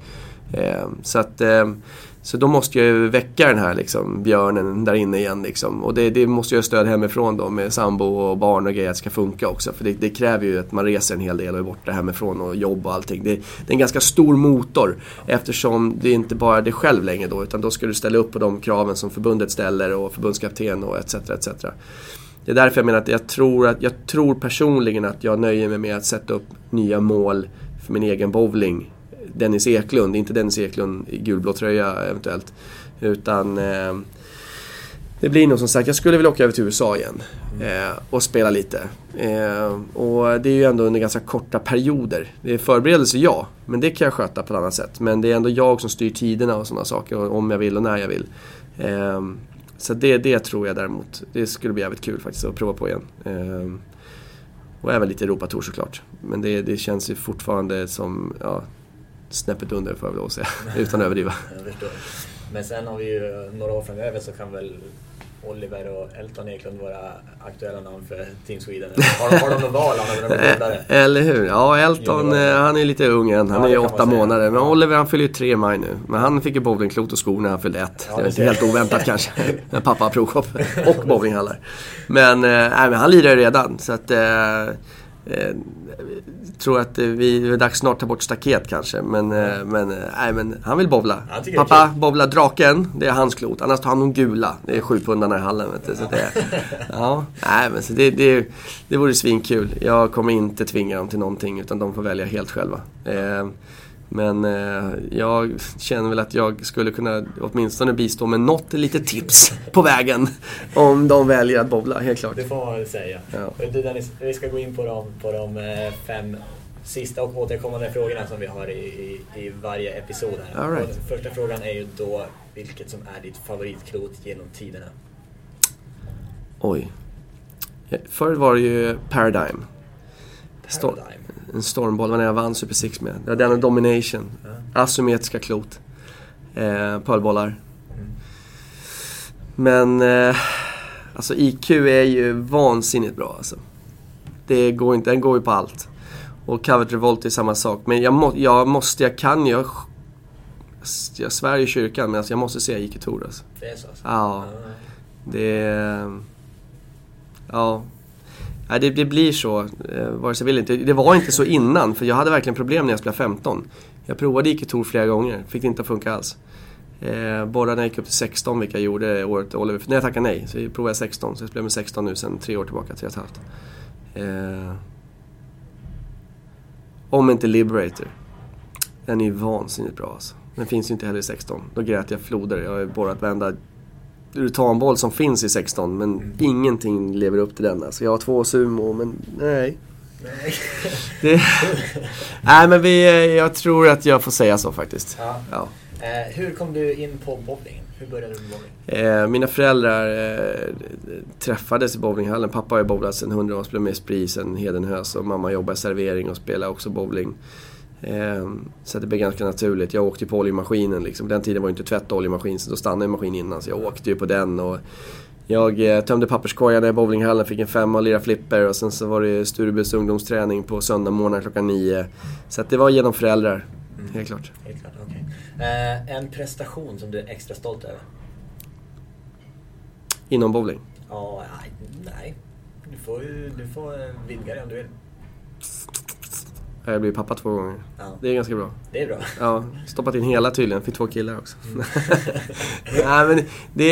Speaker 5: Så då måste jag ju väcka den här liksom, björnen där inne igen liksom. Och det måste jag stöd hemifrån då, med sambo och barn och grejer, att det ska funka också. För det kräver ju att man reser en hel del och är borta hemifrån och jobb och allting. Det är en ganska stor motor, eftersom det är inte bara det själv längre då, utan då ska du ställa upp på de kraven som förbundet ställer och förbundskapten och etc. Det är därför jag menar att jag tror personligen att jag nöjer mig med att sätta upp nya mål för min egen bowling. Dennis Eklund, inte Dennis Eklund i gulblå tröja eventuellt, utan det blir nog som sagt, jag skulle vilja åka över till USA igen och spela lite, och det är ju ändå under ganska korta perioder. Det är förberedelse, ja, men det kan jag sköta på ett annat sätt, men det är ändå jag som styr tiderna och sådana saker, om jag vill och när jag vill. Så det tror jag däremot, det skulle bli jävligt kul faktiskt att prova på igen. Och även lite Europatour såklart, men det känns ju fortfarande som, ja, snäppet under för att säga, utan att överdriva.
Speaker 4: Jag förstår. Men sen har vi ju några år framöver så kan väl Oliver och Elton Eklund vara aktuella namn för Team Sweden. Har de någon val?
Speaker 5: Eller hur? Ja, Elton han är lite ung än. Han är 8 månader. Men Oliver han fyller ju 3 maj nu. Men han fick ju bowlingklot och skor när han fyllde 1. Det är inte helt oväntat kanske. När pappa har provshop och bowlinghallar. Men han lirar redan. Så att tror att vi är dags snart ta bort staket kanske. Men han vill bowla. Pappa bowlar draken, det är hans klot. Annars tar han de gula. Det är 7-pundarna i hallen. Vet du. Så det vore svinkul. Jag kommer inte tvinga dem till någonting utan de får välja helt själva. Men jag känner väl att jag skulle kunna åtminstone bistå med något litet tips på vägen om de väljer att bowla, helt klart.
Speaker 4: Det får man väl säga. Ja. Dennis, vi ska gå in på de 5 sista och återkommande frågorna som vi har i varje episod här.
Speaker 5: All right.
Speaker 4: Och första frågan är ju då vilket som är ditt favoritklot genom tiderna?
Speaker 5: Oj. Förr var det ju Paradigm. En stormboll när jag vann Super 6 med. Det var den och Domination. Asymmetriska klot. Pölbollar. Men alltså IQ är ju vansinnigt bra alltså. Det går inte, den går ju på allt. Och Covet Revolt är samma sak. Men jag svär i kyrkan men alltså jag måste säga IQ Tour alltså.
Speaker 4: Det är så alltså.
Speaker 5: Ja. Det blir så, vare sig vill inte. Det var inte så innan, för jag hade verkligen problem när jag spelade 15. Jag provade IQ Tour flera gånger, fick det inte att funka alls. Bara när jag gick upp till 16, vilka jag gjorde året Oliver. När jag tackade nej, så jag provade 16. Så jag spelade med 16 nu sedan 3 år tillbaka, 3,5. Om inte Liberator. Den är ju vansinnigt bra alltså. Den finns ju inte heller i 16. Då grät jag floder. Jag har borrat varenda rutanboll som finns i 16, men ingenting lever upp till den. Alltså jag har 2 sumo, men nej. Nej, men jag tror att jag får säga så faktiskt. Ja.
Speaker 4: Hur kom du in på bowling? Hur började du med bowling?
Speaker 5: Mina föräldrar träffades i bowlinghallen. Pappa har bowlat sedan 100 år, spelade med Esprit sen Hedenhös, och mamma jobbar i servering och spelar också bowling. Så det blev ganska naturligt. Jag åkte på oljemaskinen liksom. Den tiden var ju inte tvätt oljemaskin, så då stannade maskinen innan, så jag åkte ju på den. Och jag tömde papperskorgarna i bowlinghallen, fick en 5 och lira flipper, och sen så var det Sturebys ungdomsträning på söndag morgon klockan 9. Så att det var genom föräldrar, helt klart.
Speaker 4: Helt klart, okej. En prestation som du är extra stolt över?
Speaker 5: Inom bowling?
Speaker 4: Ja, nej. Du får vidga det om du vill.
Speaker 5: Jag blev pappa 2 gånger. Ja. Det är ganska bra.
Speaker 4: Det är bra.
Speaker 5: Ja, stoppat in hela tydligen. Fick 2 killar också. Nej, men det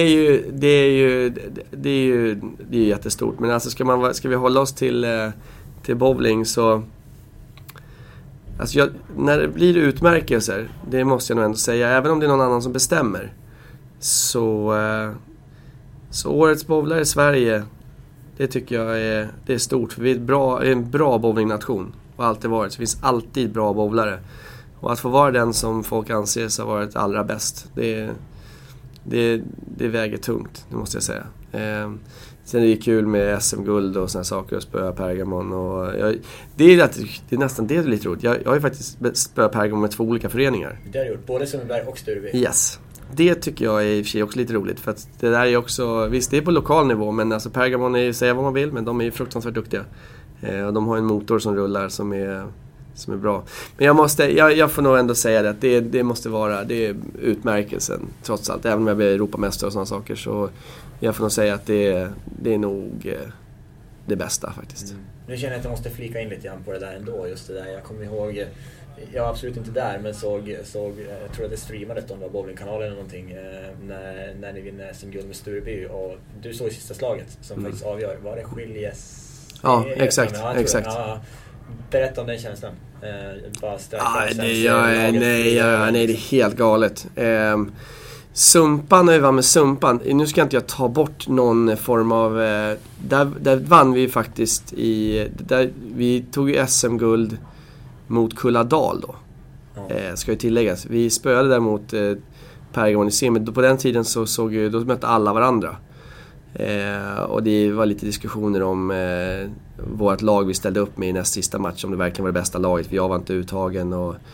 Speaker 5: är ju jättestort. Men alltså ska vi hålla oss till bowling, så alltså när det blir utmärkelser, det måste jag nog ändå säga, även om det är någon annan som bestämmer, så årets bowlare i Sverige, det tycker jag det är stort, för vi är en bra bowlingnation. Och alltid varit. Så det finns alltid bra bowlare. Och att få vara den som folk anser ha varit allra bäst, det väger tungt, det måste jag säga. Sen är det kul med SM-guld och såna saker, och spöa Pergamon. Och det är nästan det är lite roligt. Jag har ju faktiskt spöat Pergamon med 2 olika föreningar.
Speaker 4: Det har du gjort, både Sundbyberg och Stureby.
Speaker 5: Yes. Det tycker jag är i och för sig också lite roligt, för att det där är också, visst det är på lokal nivå, men alltså Pergamon är, säga vad man vill, men de är ju fruktansvärt duktiga. Och de har en motor som rullar som är bra. Men jag får nog ändå säga det, att det måste vara, det är utmärkelsen trots allt. Även om jag blir Europamästare och sådana saker, så jag får nog säga att det är nog det bästa faktiskt.
Speaker 4: Nu känner jag att jag måste flika in lite grann på det där ändå, just det där. Jag kommer ihåg, jag var absolut inte där, men såg jag tror att det streamades om bowlingkanalen eller någonting när ni vinner SM-guld med Stureby, och du såg i sista slaget som faktiskt avgör. Var det skiljes?
Speaker 5: Ja, exakt.
Speaker 4: Ja. Berätta om den känslan.
Speaker 5: Nej, det är helt galet. Sumpan, när vi var med Sumpan, nu ska inte jag ta bort någon form av där vann vi faktiskt vi tog ju SM-guld mot Kulladal då. Ska ju tilläggas. Vi spöade där mot Pergamon i semi. På den tiden då mötte alla varandra. Och det var lite diskussioner om vårt lag vi ställde upp med i näst sista match, om det verkligen var det bästa laget, för jag var inte uttagen, och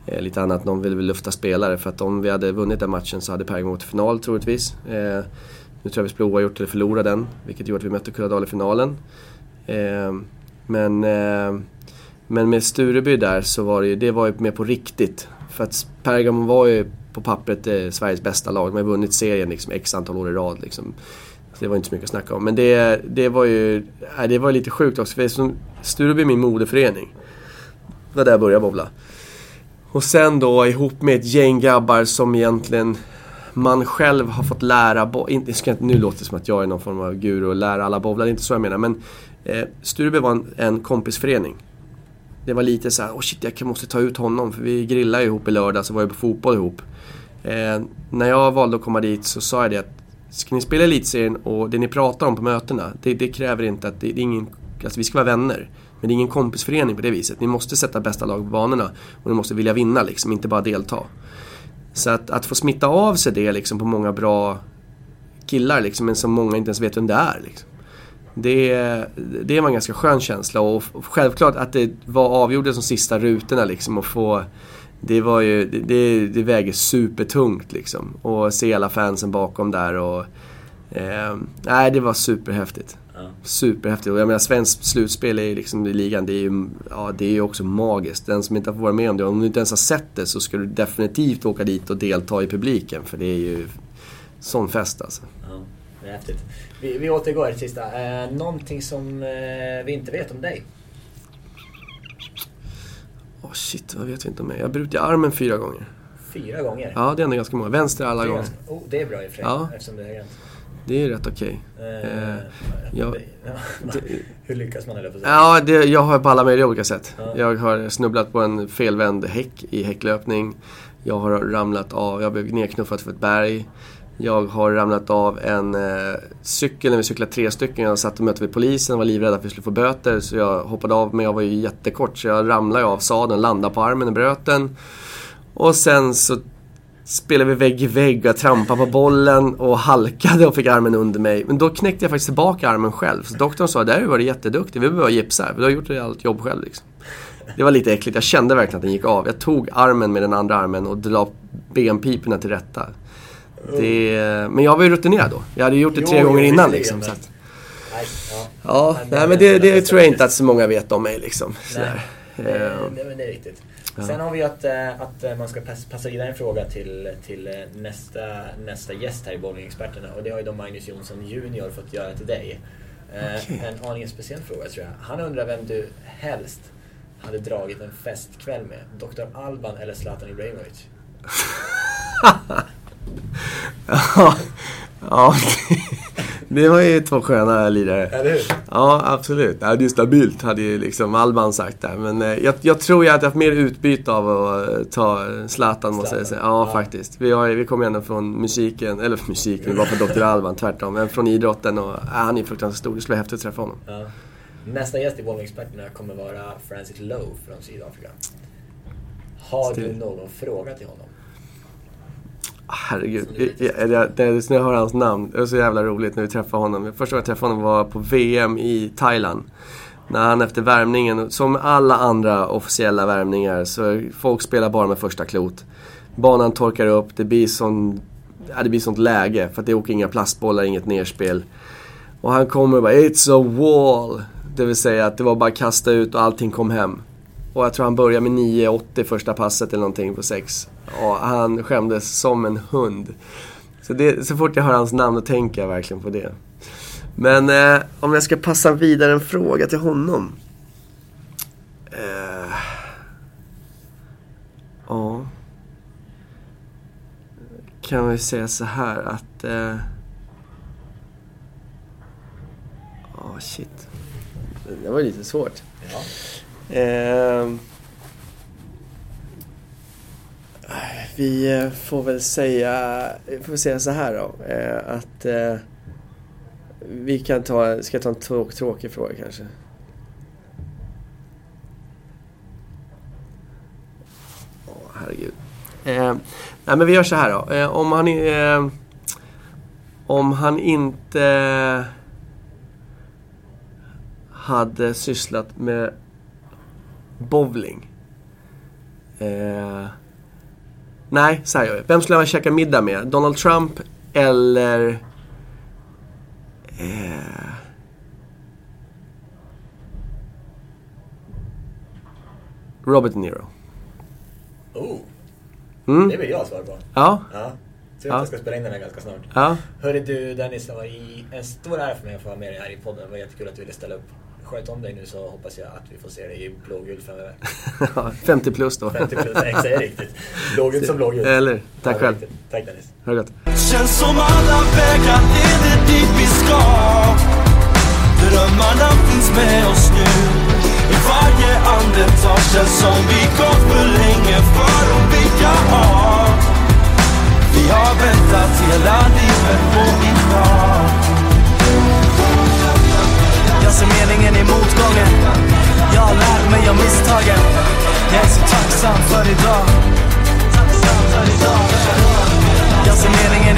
Speaker 5: lite annat. Någon ville väl lufta spelare, för att om vi hade vunnit den matchen så hade Bergamo gått till final troligtvis. Nu tror jag vi skulle oavgjort eller förlora den, vilket gjorde att vi mötte Kulladal i finalen. Men med Stureby där så var det var ju mer på riktigt. För att Bergamo var ju på pappret Sveriges bästa lag. De har vunnit serien liksom x antal år i rad liksom. Så det var inte så mycket att snacka om. Men det var lite sjukt också. För Stureby är min moderförening. Det var där jag började bowla. Och sen då ihop med ett gäng grabbar som egentligen man själv har fått lära. Nu låter det som att jag är någon form av guru och lära alla bowla. Det är inte så jag menar. Men Stureby var en kompisförening. Det var lite så här, jag måste ta ut honom. För vi grillade ihop i lördag, så var jag på fotboll ihop. När jag valde att komma dit så sa jag det att ska ni spela elitserien och det ni pratar om på mötena, det kräver inte att det är ingen, alltså vi ska vara vänner. Men det är ingen kompisförening på det viset. Ni måste sätta bästa lag på banorna och ni måste vilja vinna liksom, inte bara delta. Så att få smitta av sig det liksom på många bra killar liksom, men som många inte ens vet vem det är liksom. Det var en ganska skön känsla, och självklart att det var avgjorde som sista rutorna liksom, och få det var ju det väger supertungt liksom, och se alla fansen bakom där och det var superhäftigt. Superhäftigt. Och jag menar, svensk slutspel är liksom i ligan, det är ju också magiskt. Den som inte har varit med om det, om du inte ens har sett det, så ska du definitivt åka dit och delta i publiken, för det är ju sån fest alltså.
Speaker 4: Ja, det är häftigt. Vi återgår till sista. Någonting som vi inte vet om dig?
Speaker 5: Shit, vad vet vi inte om mig? Jag har brutit armen 4 gånger.
Speaker 4: 4 gånger?
Speaker 5: Ja, det är ändå ganska många. Vänster alla gånger.
Speaker 4: Det är bra i fred, eftersom det är rent.
Speaker 5: Det är rätt okej.
Speaker 4: Hur lyckas man, eller på
Speaker 5: sätt? Jag har på alla möjliga olika sätt. Ja. Jag har snubblat på en felvänd häck i häcklöpning. Jag har ramlat av, jag blev nedknuffad för ett berg. Jag har ramlat av en cykel när vi cyklade 3 stycken. Jag satt och mötte vid polisen och var livrädd att vi skulle få böter. Så jag hoppade av, men jag var ju jättekort. Så jag ramlade av sadeln, landade på armen och bröt den. Och sen så spelade vi vägg i vägg och jag trampade på bollen och halkade och fick armen under mig. Men då knäckte jag faktiskt tillbaka armen själv. Så doktorn sa, där var det jätteduktig, vi behöver gipsa här. Du har gjort allt jobb själv liksom. Det var lite äckligt, jag kände verkligen att den gick av. Jag tog armen med den andra armen och la benpiporna till rätta. Men jag var ju rutinerad då. Jag hade gjort det 3 gånger innan liksom. Så att, men det tror jag inte att så många vet om mig liksom.
Speaker 4: Nej, det är riktigt. Ja. Sen har vi att man ska passa vidare en fråga till nästa gäst här i Bowlingexperterna, och det har ju då Magnus Jonsson junior fått göra till dig. Okay. En aningen speciell fråga tror jag. Han undrar vem du helst hade dragit en festkväll med, Dr. Alban eller Zlatan Ibrahimovic? Ja, det var ju 2 sköna lirare. Är det hur?
Speaker 5: Ja, absolut. Ja, det är stabilt, hade ju liksom Alban sagt där. Men jag tror jag hade haft mer utbyte av att ta Zlatan, måste jag säga. Ja, faktiskt. Vi kommer ändå från musiken, vi var från Dr. Alban, tvärtom. Men från idrotten, och han är fruktansvärt stor. Det skulle vara häftigt att träffa honom.
Speaker 4: Ja. Nästa gäst i Bowlingexperterna kommer vara Francis Lowe från Sydafrika. Har du någon fråga till honom?
Speaker 5: Herregud, när jag hör hans namn, det är så jävla roligt när vi träffade honom. Första gången jag träffade honom var på VM i Thailand. När han efter värmningen, som alla andra officiella värmningar, så folk spelar bara med första klot. Banan torkar upp, det blir sånt läge, för att det åker inga plastbollar, inget nerspel. Och han kommer och bara, it's a wall. Det vill säga att det var bara kasta ut och allting kom hem. Och jag tror han började med 9,80 första passet eller någonting på 6. Och han skämdes som en hund. Så fort jag hör hans namn, då tänker jag verkligen på det. Men om jag ska passa vidare en fråga till honom. Ja. Kan vi säga så här att... shit. Det var lite svårt. Ja. Vi får väl säga så här då, att vi ska ta en tråkig fråga kanske. Herregud. Nej, men vi gör så här då. Om han inte hade sysslat med bowling, Nej, så här. Vem skulle jag käka middag med? Donald Trump eller... Robert De Niro.
Speaker 4: Det vill jag svara på.
Speaker 5: Ja.
Speaker 4: Så jag ska spela in den här ganska snart.
Speaker 5: Ja.
Speaker 4: Hörru du Dennis, det var en stor ära för mig att få vara med dig här i podden. Det var jättekul att du ville ställa upp. Sköt om dig nu så hoppas jag att vi får se dig i blågul framöver.
Speaker 5: 50 plus då.
Speaker 4: 50 plus, exakt, är riktigt. Blågul som blågul.
Speaker 5: Eller, tack själv.
Speaker 4: Riktigt. Tack Dennis.
Speaker 5: Ha det gott.
Speaker 6: Känns som alla vägar leder dit vi ska. Drömmarna finns med oss nu. I varje andetag känns som vi gått för länge för att bygga av. Vi har väntat hela livet på idag. Jag ser meningen i motgången. Jag har lärt mig av misstagen. Jag är så tacksam för idag. Jag ser meningen